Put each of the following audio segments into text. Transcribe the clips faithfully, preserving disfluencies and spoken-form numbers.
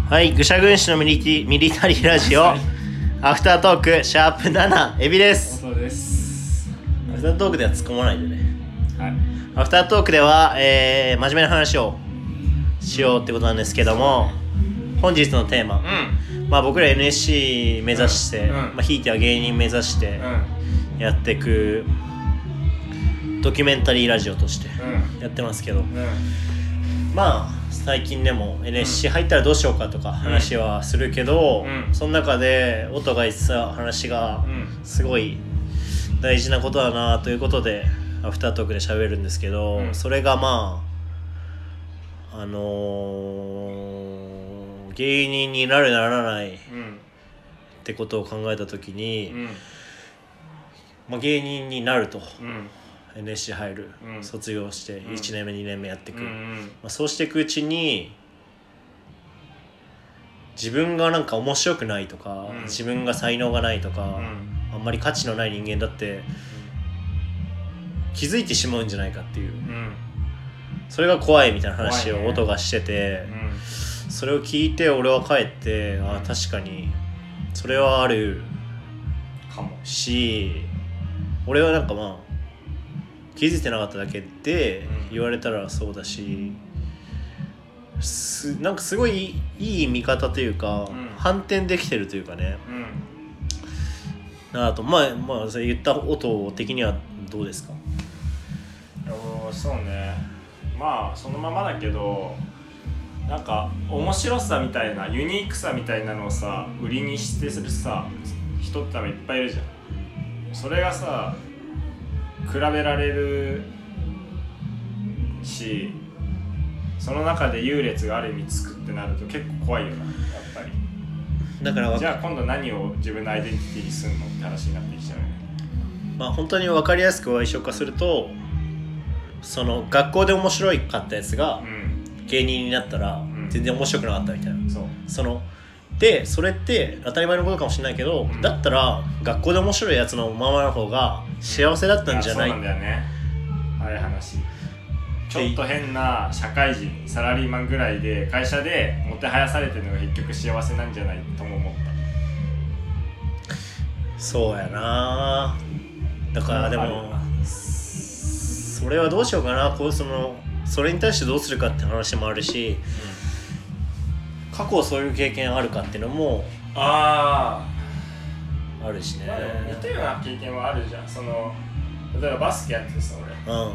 はい、愚者軍師のミリティミリタリーラジオアフタートークシャープななエビです。 本当です。 アフタートークでは突っ込まないでね。 はい。 アフタートークでは、えー、真面目な話をしようってことなんですけども、うん、本日のテーマ、うん、まあ僕ら エヌエスシー 目指して、うんまあ、ひいては芸人目指してやっていくドキュメンタリーラジオとしてやってますけど、うんうん、まあ最近でも エヌエスシー 入ったらどうしようかとか話はするけど、うん、その中で音が言ってた話がすごい大事なことだなということでアフタートークで喋るんですけど、うん、それがまああのー、芸人になるならないってことを考えた時に、うんまあ、芸人になると、うんエヌエスシー 入る、うん、卒業していちねんめ、うん、にねんめやっていく、うんうんまあ、そうしていくうちに自分がなんか面白くないとか、うん、自分が才能がないとか、うん、あんまり価値のない人間だって、うん、気づいてしまうんじゃないかっていう、うん、それが怖いみたいな話を音がしてて、ねうん、それを聞いて俺は帰って、うん、あ確かにそれはあるかもし俺はなんかまあ気づいてなかっただけで言われたらそうだし、すなんかすごいいい見方というか、うん、反転できてるというかね、うん、あとまあまあそれ言った音的にはどうですか？ そうねまあそのままだけどなんか面白さみたいなユニークさみたいなのをさ売りにしてするさ人って多分いっぱいいるじゃん。それがさ比べられるしその中で優劣がある意味つくってなると結構怖いよなやっぱり。 だからじゃあ今度何を自分のアイデンティティにするのって話になってきちゃうね。 まあ本当に分かりやすく矮小化するとその学校で面白かったやつが芸人になったら全然面白くなかったみたいな、うん、そうそのでそれって当たり前のことかもしれないけど、うん、だったら学校で面白いやつのままの方が幸せだったんじゃない、 うん、いやそうなんだよねあれ話ちょっと変な社会人サラリーマンぐらいで会社でもてはやされてるのが結局幸せなんじゃないとも思った。 そうやなだからでもそれはどうしようかなこうそのそれに対してどうするかって話もあるし、うん、過去そういう経験あるかっていうのもああるしね。 まあ、似たような経験はあるじゃん。その例えばバスケやっててさ俺、うん、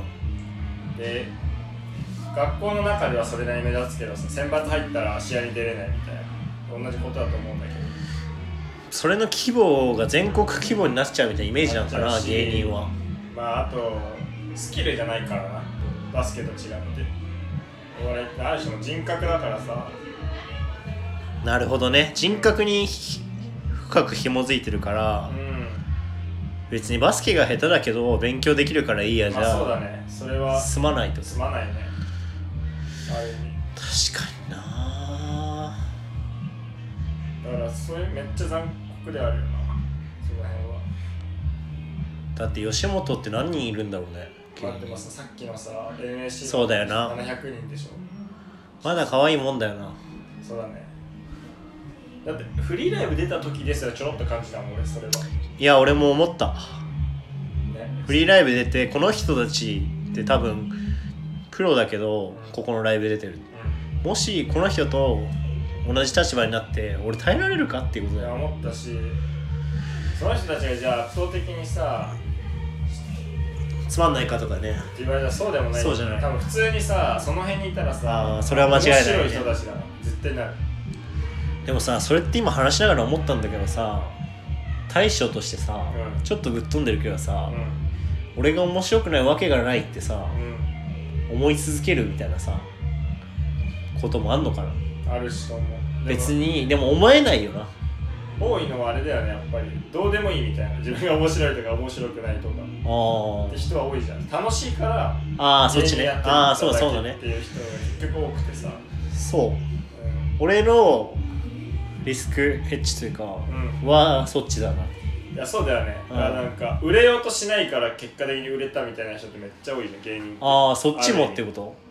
で学校の中ではそれなりに目立つけどさ選抜入ったら試合に出れないみたいな同じことだと思うんだけどそれの規模が全国規模になっちゃうみたいなイメージなのかな芸人は。 まああとスキルじゃないからなバスケと違ってお笑いってある種の人格だからさ。 なるほどね人格に深く紐づいてるから、うん、別にバスケが下手だけど勉強できるからいいやじゃあ、 まあ、そうだねそれは済まないと済まないねある意味。確かになだからそれめっちゃ残酷であるよなその辺は。 だって吉本って何人いるんだろうね。 まあ、でもさ、さっきのさ エヌエスシーそうだよなななひゃくにんでしょ。 まだ可愛いもんだよな。 そうだねだってフリーライブ出た時ですらちょろっと感じたもん俺それは。 いや俺も思った、ね、フリーライブ出てこの人たちって多分プロだけど、うん、ここのライブ出てる、うん、もしこの人と同じ立場になって俺耐えられるかっていうことだよ。 いや思ったしその人たちがじゃあ圧倒的にさつまんないかとかねって言われたらそうでもない。 そうじゃない。 多分普通にさその辺にいたらさあそれは間違いない、ね、 面白い人たちだな絶対なる。 でもさそれって今話しながら思ったんだけどさ対処としてさ、うん、ちょっとぶっ飛んでるけどさ、うん、俺が面白くないわけがないってさ、うん、思い続けるみたいなさこともあんのかな。 あるしと思う。 別にでも思えないよな。 多いのはあれだよねやっぱりどうでもいいみたいな自分が面白いとか面白くないとかあって人は多いじゃん。楽しいからああそっちねああそうそうだねっていう人が結局多くてさそう、うん、俺のリスクヘッジというか、うん、はそっちだな。 いやそうだよね、うん、だからなんか売れようとしないから結果的に売れたみたいな人ってめっちゃ多いね芸人って。 ああそっちもってこと。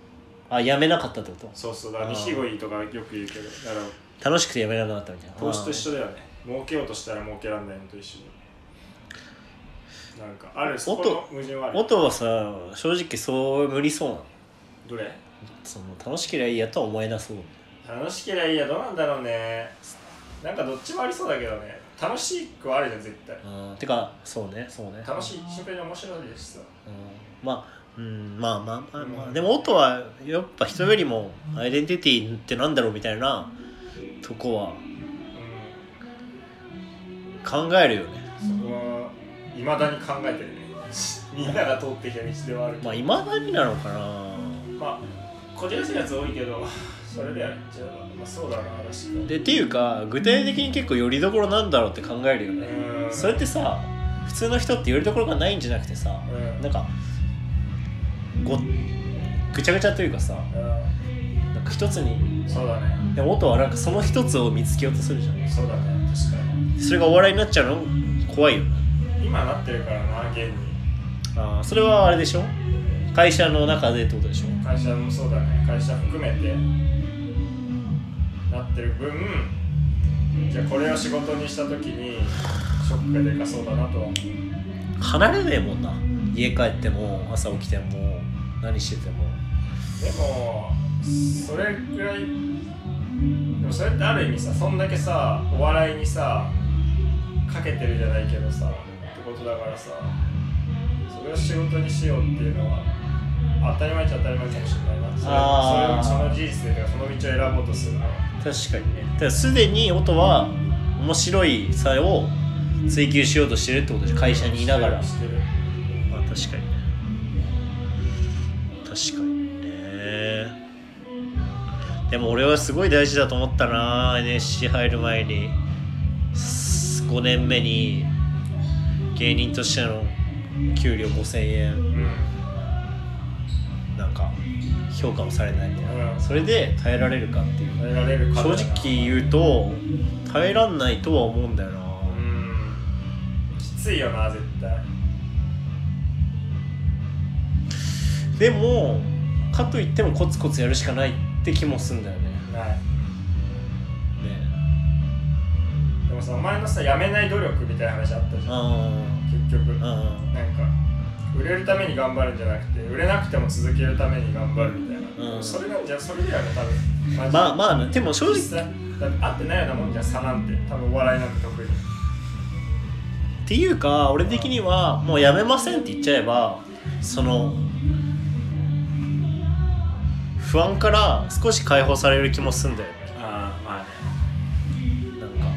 あ、やめなかったってこと？ そうそう、だから錦鯉とかよく言うけど、だから楽しくてやめなくなったみたいな。 投資と一緒だよね。儲けようとしたら儲けらんないのと一緒で、なんかある、そこの矛盾はある。 音はさ、正直そう無理そうなの？ どれ？ その楽しければいいやとは思えなそう。 楽しければいいや、どうなんだろうね。なんかどっちもありそうだけどね。楽しくはあるじゃん絶対。 うん、てかそうねそうね。 楽しい、シンプルに面白いですさ。 うん、まあ、うん、まあまあまあまあ、 うん、 でも音はやっぱ人よりもアイデンティティってなんだろうみたいなとこは考えるよね。 うん、そこはいまだに考えてるね。みんなが通ってきた道ではあるけど。 まあいまだになのかな。 まあこじらせるやつ多いけど、それでやっちゃう。まあそうだな、確かでっていうか具体的に結構よりどころなんだろうって考えるよね。 うん、 それってさ、普通の人ってよりどころがないんじゃなくてさ、 うん、 なんかごぐちゃぐちゃというかさ、 うん、 なんか一つに。 そうだね。 でも音はなんかその一つを見つけようとするじゃん。 そうだね、確かに。 それがお笑いになっちゃうの怖いよね。 今なってるからな、現に。 ああ、それはあれでしょ、会社の中でってことでしょ。 会社もそうだね、会社含めてなってる分、じゃあこれを仕事にした時にショックがでかそうだなとは思う。 離れねえもんな、家帰っても朝起きても何してても。 でもそれぐらい、でもそれってある意味さ、そんだけさお笑いにさかけてるじゃないけどさってことだからさ、それを仕事にしようっていうのは当たり前っちゃ当たり前かもしれないな。それあそれその事実というかその道を選ぼうとするのは確かにね。だからすでに音は面白いさを追求しようとしてるってことでしょ、会社にいながら。 してる。 まあ確かにね、確かにね。でも俺はすごい大事だと思ったな、 エヌエスシー 入る前にごねんめに芸人としての給料ごせんえん、 うん、 なんか評価もされないみたいな、 うん、 それで耐えられるかっていう、 耐えられるか正直言うと耐えらんないとは思うんだよな。 うん、きついよな絶対。 でもかといってもコツコツやるしかないって気もするんだよね。 ないね。 でもさ、お前のさ、やめない努力みたいな話あったじゃん。 あ結局、 あ、 なんか売れるために頑張るんじゃなくて、売れなくても続けるために頑張るみたいな、 うん、 それがじゃあそれだよね多分。 まあまあでも正直だって合ってないようなもんじゃん、差なんて。多分お笑いなんて特にっていうか俺的にはもうやめませんって言っちゃえば、その不安から少し解放される気もするんだよね。 ああ、まあね。 なんか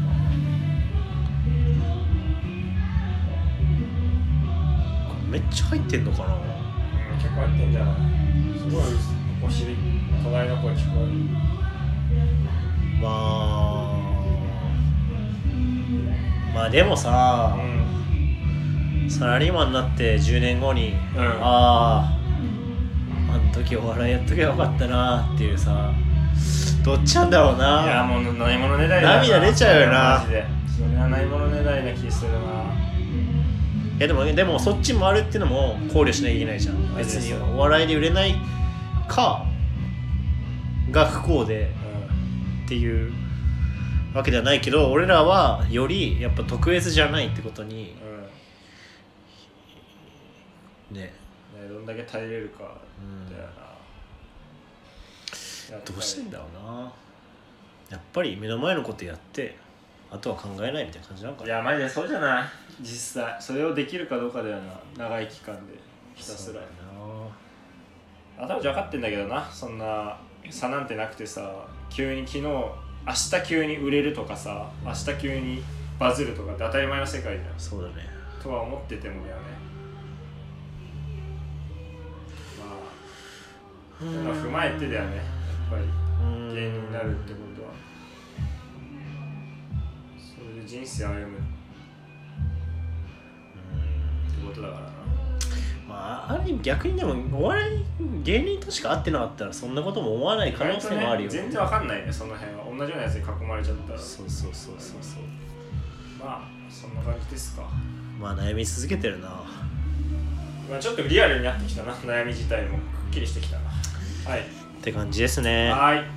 めっちゃ入ってんのかな。 うん、結構入ってんじゃない。すごいお尻隣の声聞こえる。 まあまあでもさ、 うん、 サラリーマンになってじゅうねんごに、 うん、 あああの時お笑いやっときゃよかったなっていうさ、どっちなんだろうな。 いやもうないものねだりだな。 涙出ちゃうよな。 マジでそれはないものねだりな気するな。 いやでもでもそっちもあるっていうのも考慮しなきゃいけないじゃん。別にお笑いで売れないかが不幸でっていうわけではないけど、俺らはよりやっぱ特別じゃないってことに、 うん、 ね、 ね、どんだけ耐えれるかだよな、 うん、どうしてんだろうな。やっぱり目の前のことやってあとは考えないみたいな感じなんかな。 いやマジでそうじゃない。実際それをできるかどうかだよな、長い期間でひたすら。頭じゃ分かってんだけどな、そんな差なんてなくてさ、急に昨日明日急に売れるとかさ、明日急にバズるとかって当たり前の世界じゃん。 そうだねとは思っててもだよね。まあそういうのを踏まえてだよね、やっぱり芸人になるってことは。そういう人生歩むってことだからな。 まあ、ある意味逆にでもお笑い芸人としか会ってなかったらそんなことも思わない可能性もあるよ、 ね、全然わかんないね、その辺は。同じようなやつに囲まれちゃったら。 そうそうそうそうそう。 まあそんな感じですか。 まあ悩み続けてるな。 まあちょっとリアルになってきたな、悩み自体もくっきりしてきたな。 はい、 って感じですね。 はい